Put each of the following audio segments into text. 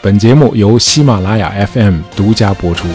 本节目由喜马拉雅 FM 独家播出。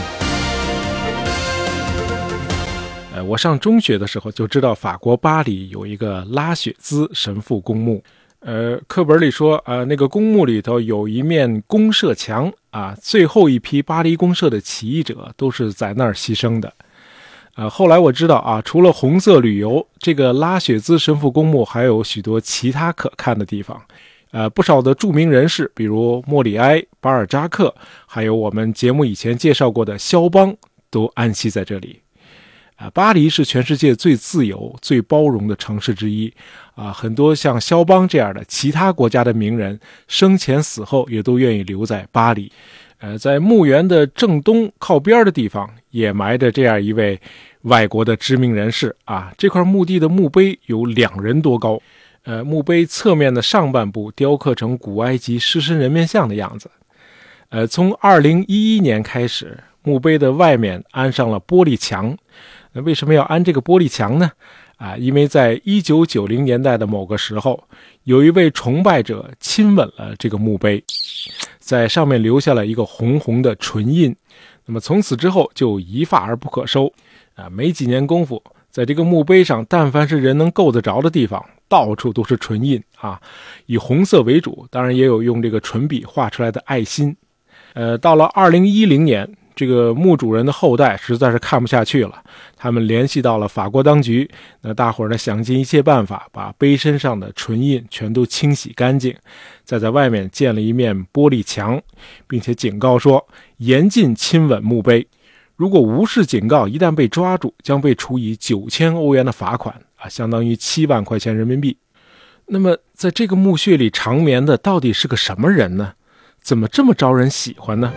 我上中学的时候就知道法国巴黎有一个拉雪兹神父公墓。课本里说那个公墓里头有一面公社墙啊，最后一批巴黎公社的起义者都是在那儿牺牲的。后来我知道啊，除了红色旅游，这个拉雪兹神父公墓还有许多其他可看的地方。不少的著名人士，比如莫里埃、巴尔扎克，还有我们节目以前介绍过的肖邦，都安息在这里。巴黎是全世界最自由、最包容的城市之一很多像肖邦这样的其他国家的名人，生前死后也都愿意留在巴黎。在墓园的正东靠边的地方，也埋着这样一位外国的知名人士这块墓地的墓碑有2人多高。墓碑侧面的上半部雕刻成古埃及狮身人面像的样子。从2011年开始，墓碑的外面安上了玻璃墙。为什么要安这个玻璃墙呢？因为在1990年代的某个时候，有一位崇拜者亲吻了这个墓碑，在上面留下了一个红红的唇印。那么从此之后就一发而不可收。没几年功夫，在这个墓碑上，但凡是人能够得着的地方，到处都是唇印以红色为主，当然也有用这个唇笔画出来的爱心。到了2010年，这个墓主人的后代实在是看不下去了，他们联系到了法国当局，那大伙儿呢想尽一切办法，把碑身上的唇印全都清洗干净，再在外面建了一面玻璃墙，并且警告说，严禁亲吻墓碑。如果无视警告，一旦被抓住，将被处以9000欧元的罚款相当于7万块钱人民币。那么在这个墓穴里长眠的到底是个什么人呢？怎么这么招人喜欢呢？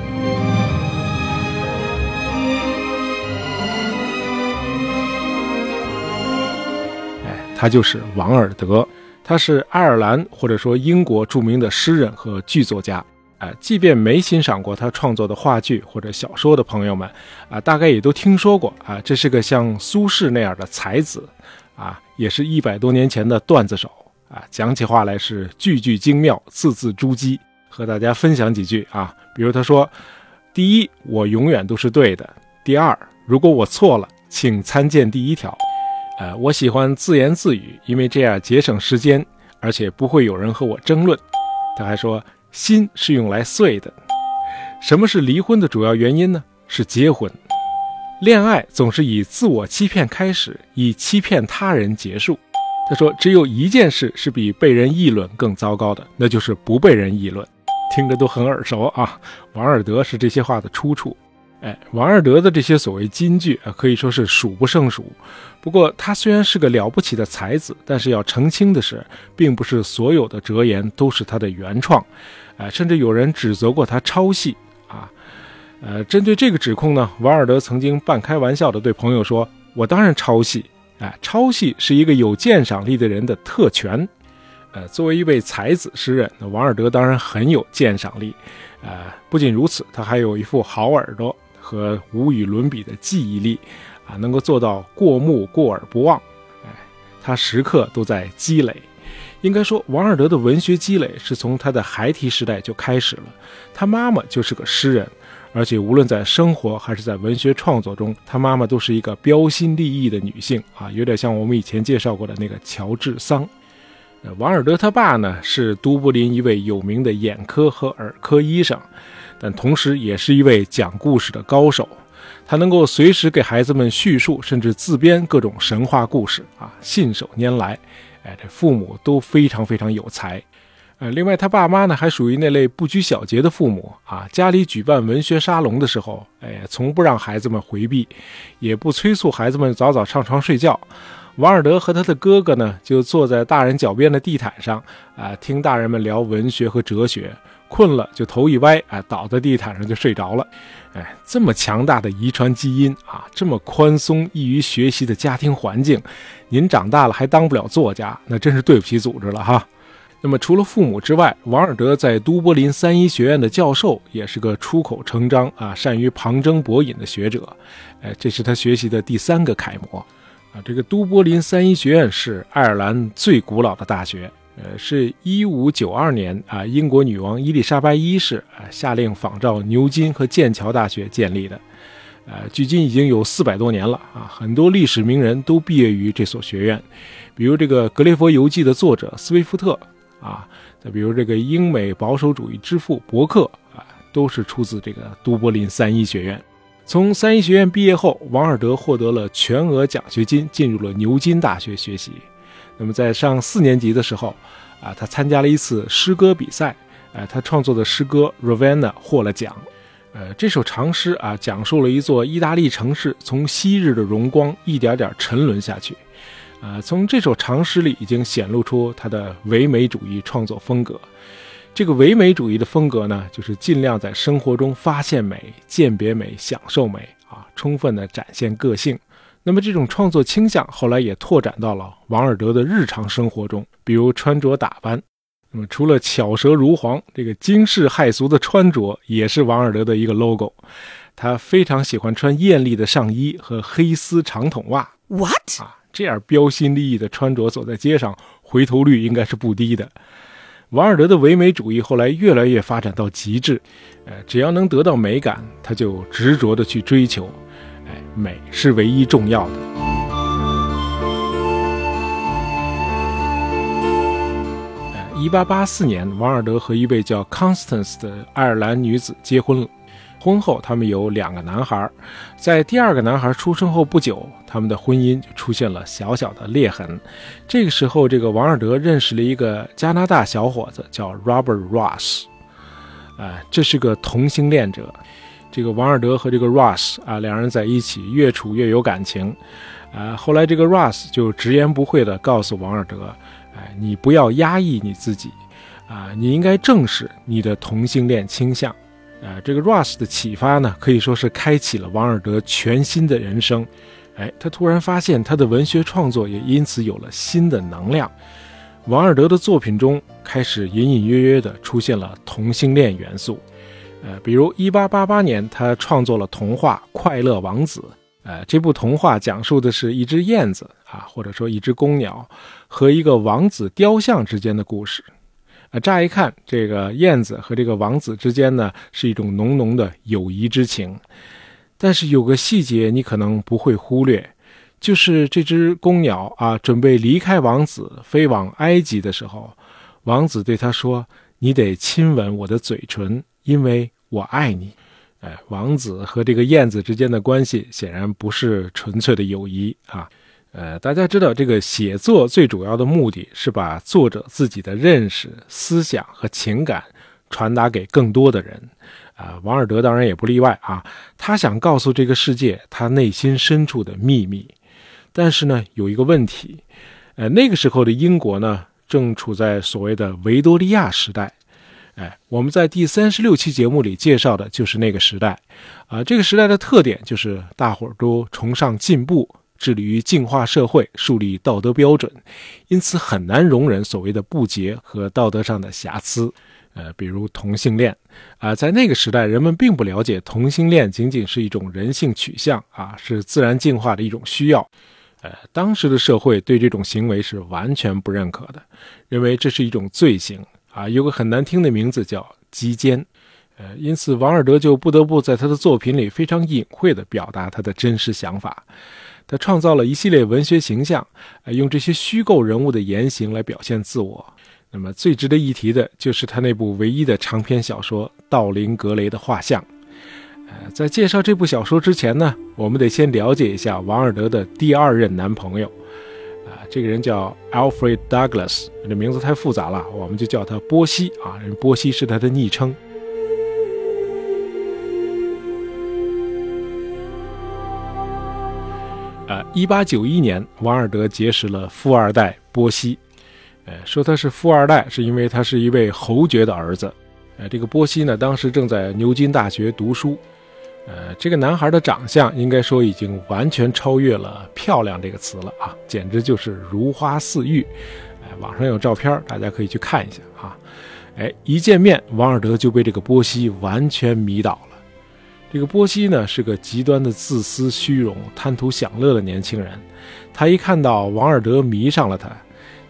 他就是王尔德，他是爱尔兰或者说英国著名的诗人和剧作家。即便没欣赏过他创作的话剧或者小说的朋友们大概也都听说过这是个像苏轼那样的才子也是100多年前的段子手讲起话来是句句精妙，字字珠玑。和大家分享几句比如他说，第一，我永远都是对的；第二，如果我错了，请参见第1条。我喜欢自言自语，因为这样节省时间，而且不会有人和我争论。他还说，心是用来碎的。什么是离婚的主要原因呢？是结婚。恋爱总是以自我欺骗开始，以欺骗他人结束。他说，只有一件事是比被人议论更糟糕的，那就是不被人议论。听着都很耳熟王尔德是这些话的出处。王尔德的这些所谓金句可以说是数不胜数。不过他虽然是个了不起的才子，但是要澄清的是，并不是所有的哲言都是他的原创。甚至有人指责过他抄袭针对这个指控呢，王尔德曾经半开玩笑地对朋友说，我当然抄袭抄袭是一个有鉴赏力的人的特权。作为一位才子诗人，王尔德当然很有鉴赏力。不仅如此，他还有一副好耳朵和无与伦比的记忆力能够做到过目过耳不忘。他时刻都在积累。应该说，王尔德的文学积累是从他的孩提时代就开始了。他妈妈就是个诗人，而且无论在生活还是在文学创作中，他妈妈都是一个标新立异的女性有点像我们以前介绍过的那个乔治桑。王尔德他爸呢是都柏林一位有名的眼科和耳科医生，但同时也是一位讲故事的高手。他能够随时给孩子们叙述甚至自编各种神话故事信手拈来。这父母都非常非常有才。另外他爸妈呢还属于那类不拘小节的父母家里举办文学沙龙的时候从不让孩子们回避，也不催促孩子们早早上床睡觉。王尔德和他的哥哥呢就坐在大人脚边的地毯上听大人们聊文学和哲学，困了就头一歪倒在地毯上就睡着了。这么强大的遗传基因这么宽松易于学习的家庭环境，您长大了还当不了作家，那真是对不起组织了哈。那么除了父母之外，王尔德在都柏林三一学院的教授也是个出口成章善于旁征博引的学者。这是他学习的第3个楷模。这个都柏林三一学院是爱尔兰最古老的大学， 是1592年英国女王伊丽莎白一世下令仿照牛津和剑桥大学建立的。距今已经有400多年了很多历史名人都毕业于这所学院，比如这个《格列佛游记》的作者斯威夫特再比如这个英美保守主义之父伯克都是出自这个都柏林三一学院。从三一学院毕业后，王尔德获得了全额奖学金，进入了牛津大学学习。那么在上4年级的时候他参加了一次诗歌比赛，他创作的诗歌 Ravenna 获了奖。这首长诗讲述了一座意大利城市从昔日的荣光一点点沉沦下去。从这首长诗里已经显露出他的唯美主义创作风格。这个唯美主义的风格呢，就是尽量在生活中发现美、鉴别美、享受美充分的展现个性。那么这种创作倾向后来也拓展到了王尔德的日常生活中，比如穿着打扮。那么除了巧舌如簧，这个惊世骇俗的穿着也是王尔德的一个 logo。他非常喜欢穿艳丽的上衣和黑丝长筒袜。 What？ 这样标新立异的穿着走在街上，回头率应该是不低的。王尔德的唯美主义后来越来越发展到极致，只要能得到美感，他就执着的去追求。美是唯一重要的。1884年，王尔德和一位叫 Constance 的爱尔兰女子结婚了。婚后他们有2个男孩，在第2个男孩出生后不久，他们的婚姻就出现了小小的裂痕。这个时候，这个王尔德认识了一个加拿大小伙子，叫 Robert Ross。这是个同性恋者。这个王尔德和这个 Ross 两人在一起越处越有感情。后来这个 Ross 就直言不讳地告诉王尔德，你不要压抑你自己你应该正视你的同性恋倾向。这个 Ross 的启发呢，可以说是开启了王尔德全新的人生。他突然发现他的文学创作也因此有了新的能量。王尔德的作品中开始隐隐约约地出现了同性恋元素。比如1888年他创作了童话《快乐王子》。这部童话讲述的是一只燕子或者说一只公鸟和一个王子雕像之间的故事。乍一看，这个燕子和这个王子之间呢，是一种浓浓的友谊之情。但是有个细节你可能不会忽略，就是这只公鸟准备离开王子飞往埃及的时候，王子对他说，你得亲吻我的嘴唇，因为我爱你。王子和这个燕子之间的关系显然不是纯粹的友谊大家知道，这个写作最主要的目的是把作者自己的认识、思想和情感传达给更多的人。王尔德当然也不例外他想告诉这个世界他内心深处的秘密。但是呢，有一个问题，那个时候的英国呢，正处在所谓的维多利亚时代。我们在第36期节目里介绍的就是那个时代这个时代的特点就是大伙儿都崇尚进步，致力于净化社会，树立道德标准，因此很难容忍所谓的不洁和道德上的瑕疵。比如同性恋在那个时代，人们并不了解同性恋仅仅是一种人性取向是自然进化的一种需要。当时的社会对这种行为是完全不认可的，认为这是一种罪行有个很难听的名字叫鸡奸。因此王尔德就不得不在他的作品里非常隐晦地表达他的真实想法。他创造了一系列文学形象，用这些虚构人物的言行来表现自我。那么最值得一提的就是他那部唯一的长篇小说《道林格雷的画像》。在介绍这部小说之前呢，我们得先了解一下王尔德的第2任男朋友。这个人叫 Alfred Douglas， 这名字太复杂了，我们就叫他波西波西是他的昵称。1891年，王尔德结识了富二代波西。说他是富二代，是因为他是一位侯爵的儿子。这个波西呢，当时正在牛津大学读书。这个男孩的长相应该说已经完全超越了漂亮这个词了简直就是如花似玉。网上有照片，大家可以去看一下一见面，王尔德就被这个波西完全迷倒了。这个波西呢，是个极端的自私、虚荣、贪图享乐的年轻人。他一看到王尔德迷上了他，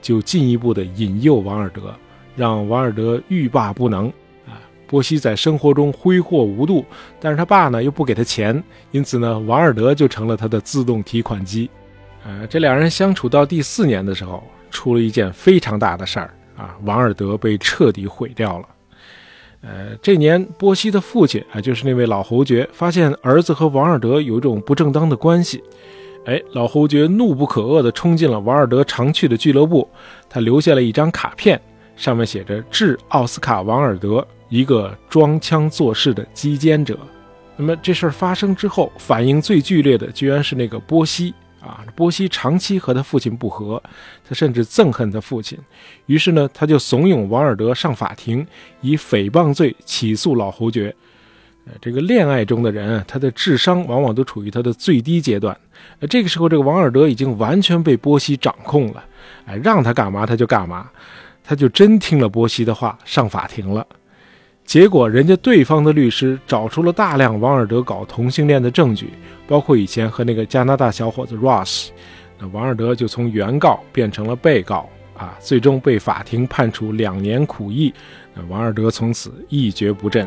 就进一步的引诱王尔德，让王尔德欲罢不能。波西在生活中挥霍无度，但是他爸呢又不给他钱，因此呢，王尔德就成了他的自动提款机。这两人相处到第4年的时候，出了一件非常大的事儿啊，王尔德被彻底毁掉了。这年波西的父亲就是那位老侯爵，发现儿子和王尔德有一种不正当的关系。老侯爵怒不可遏地冲进了王尔德常去的俱乐部，他留下了一张卡片，上面写着致奥斯卡·王尔德，一个装腔作势的击奸者。那么这事儿发生之后，反应最剧烈的居然是那个波西波西长期和他父亲不和，他甚至憎恨他父亲，于是呢，他就怂恿王尔德上法庭，以诽谤罪起诉老侯爵。这个恋爱中的人，他的智商往往都处于他的最低阶段。这个时候，这个王尔德已经完全被波西掌控了，让他干嘛他就干嘛，他就真听了波西的话，上法庭了。结果人家对方的律师找出了大量王尔德搞同性恋的证据，包括以前和那个加拿大小伙子 Ross。 那王尔德就从原告变成了被告最终被法庭判处2年苦役。那王尔德从此一蹶不振。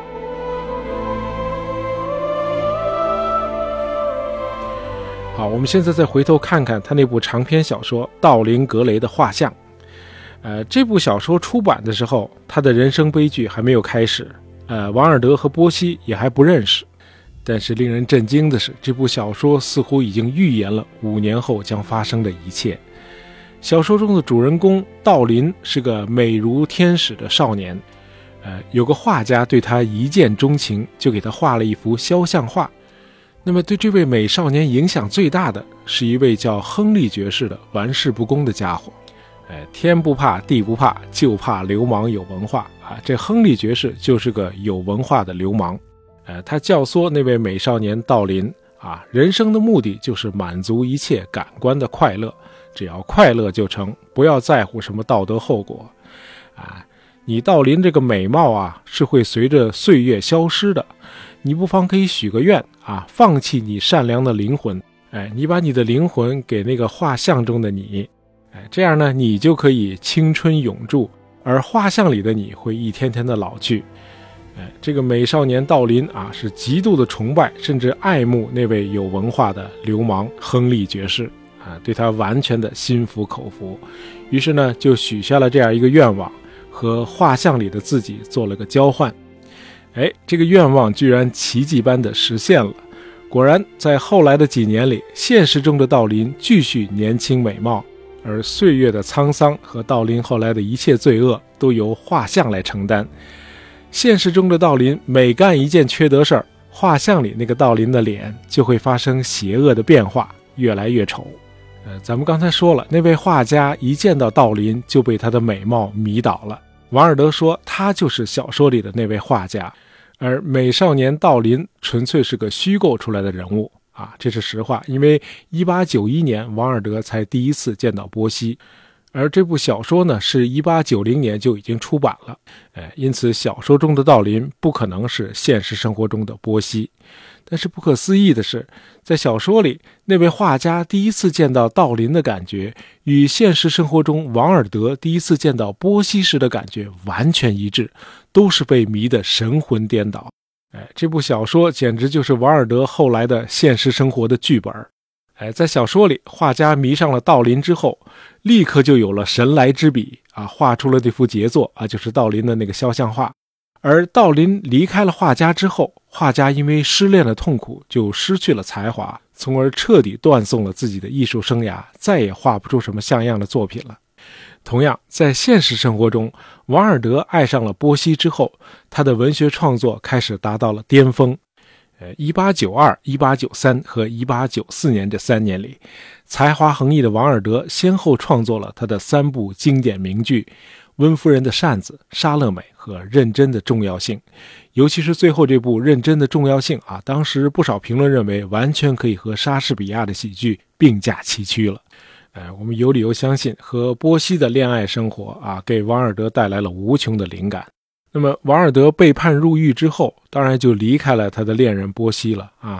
好，我们现在再回头看看他那部长篇小说《道林格雷的画像》。这部小说出版的时候，他的人生悲剧还没有开始，王尔德和波西也还不认识。但是令人震惊的是，这部小说似乎已经预言了5年后将发生的一切。小说中的主人公道林是个美如天使的少年，有个画家对他一见钟情，就给他画了一幅肖像画。那么对这位美少年影响最大的是一位叫亨利爵士的玩世不恭的家伙。天不怕地不怕，就怕流氓有文化这亨利爵士就是个有文化的流氓。他教唆那位美少年道林人生的目的就是满足一切感官的快乐，只要快乐就成，不要在乎什么道德后果。你道林这个美貌是会随着岁月消失的，你不妨可以许个愿放弃你善良的灵魂，你把你的灵魂给那个画像中的你，这样呢，你就可以青春永驻，而画像里的你会一天天的老去。这个美少年道林是极度的崇拜甚至爱慕那位有文化的流氓亨利爵士对他完全的心服口服，于是呢就许下了这样一个愿望，和画像里的自己做了个交换。这个愿望居然奇迹般的实现了。果然在后来的几年里，现实中的道林继续年轻美貌，而岁月的沧桑和道林后来的一切罪恶都由画像来承担。现实中的道林每干一件缺德事儿，画像里那个道林的脸就会发生邪恶的变化，越来越丑。咱们刚才说了，那位画家一见到道林就被他的美貌迷倒了。王尔德说他就是小说里的那位画家，而美少年道林纯粹是个虚构出来的人物这是实话。因为1891年王尔德才第一次见到波西，而这部小说呢是1890年就已经出版了，因此小说中的道林不可能是现实生活中的波西。但是不可思议的是，在小说里那位画家第一次见到道林的感觉，与现实生活中王尔德第一次见到波西时的感觉完全一致，都是被迷得神魂颠倒。这部小说简直就是王尔德后来的现实生活的剧本。在小说里，画家迷上了道林之后，立刻就有了神来之笔画出了这幅杰作就是道林的那个肖像画。而道林离开了画家之后，画家因为失恋的痛苦就失去了才华，从而彻底断送了自己的艺术生涯，再也画不出什么像样的作品了。同样，在现实生活中，王尔德爱上了波西之后，他的文学创作开始达到了巅峰。1892、1893和1894年这3年里，才华横溢的王尔德先后创作了他的3部经典名剧《温夫人的扇子》、《莎乐美》和《认真的重要性》。尤其是最后这部《认真的重要性》当时不少评论认为完全可以和莎士比亚的喜剧并驾齐驱了。我们有理由相信，和波西的恋爱生活给王尔德带来了无穷的灵感。那么王尔德被判入狱之后，当然就离开了他的恋人波西了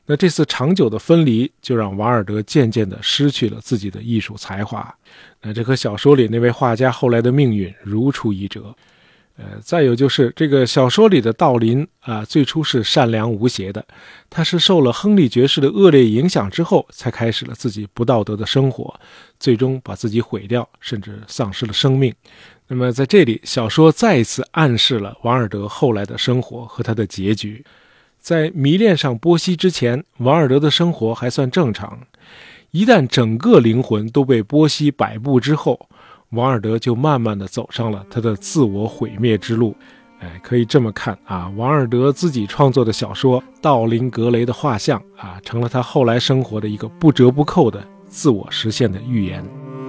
那这次长久的分离就让王尔德渐渐地失去了自己的艺术才华，那这和小说里那位画家后来的命运如出一辙。再有就是这个小说里的道林最初是善良无邪的，他是受了亨利爵士的恶劣影响之后才开始了自己不道德的生活，最终把自己毁掉，甚至丧失了生命。那么在这里小说再一次暗示了王尔德后来的生活和他的结局。在迷恋上波西之前，王尔德的生活还算正常，一旦整个灵魂都被波西摆布之后，王尔德就慢慢地走上了他的自我毁灭之路。可以这么看王尔德自己创作的小说《道林格雷的画像》成了他后来生活的一个不折不扣的自我实现的预言。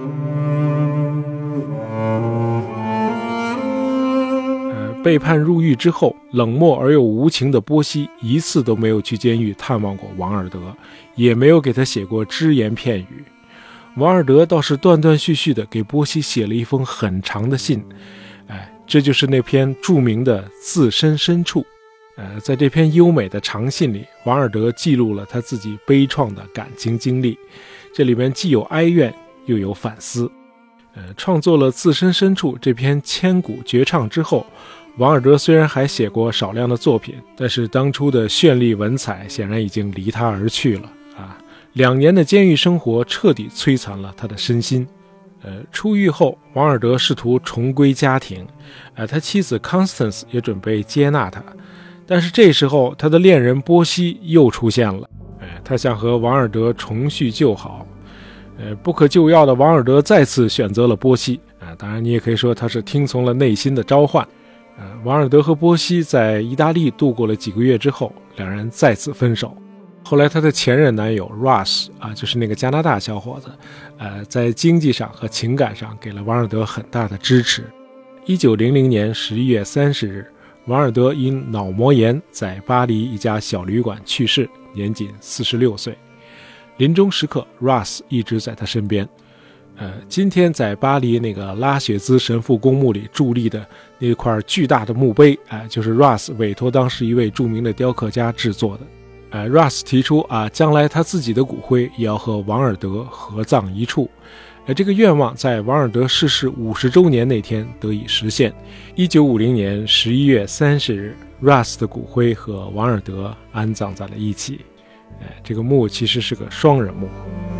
背叛入狱之后，冷漠而又无情的波西一次都没有去监狱探望过王尔德，也没有给他写过只言片语。王尔德倒是断断续续地给波西写了一封很长的信，这就是那篇著名的《自身深处》。在这篇优美的长信里，王尔德记录了他自己悲怆的感情经历，这里面既有哀怨又有反思。创作了《自身深处》这篇千古绝唱之后，王尔德虽然还写过少量的作品，但是当初的绚丽文采显然已经离他而去了2年的监狱生活彻底摧残了他的身心。出狱后，王尔德试图重归家庭，他妻子 Constance 也准备接纳他，但是这时候他的恋人波西又出现了，他想和王尔德重叙旧好。不可救药的王尔德再次选择了波西，当然你也可以说他是听从了内心的召唤。王尔德和波西在意大利度过了几个月之后，两人再次分手。后来他的前任男友 Ross 就是那个加拿大小伙子，在经济上和情感上给了王尔德很大的支持。1900年11月30日，王尔德因脑膜炎在巴黎一家小旅馆去世，年仅46岁。临终时刻 Ross 一直在他身边。今天在巴黎那个拉雪兹神父公墓里伫立的那块巨大的墓碑，就是 Ross 委托当时一位著名的雕刻家制作的。Ross 提出将来他自己的骨灰也要和王尔德合葬一处。这个愿望在王尔德逝世50周年那天得以实现。1950年11月30日 Ross 的骨灰和王尔德安葬在了一起。这个墓其实是个双人墓。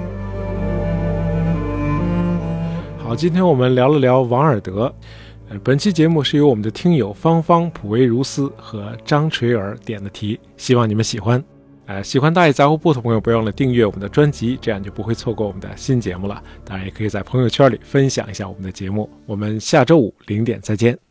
好，今天我们聊了聊王尔德。本期节目是由我们的听友芳芳、普维如斯和张垂儿点的题，希望你们喜欢。喜欢大爷杂货铺的朋友不要忘了订阅我们的专辑，这样就不会错过我们的新节目了。当然也可以在朋友圈里分享一下我们的节目。我们下周五0点再见。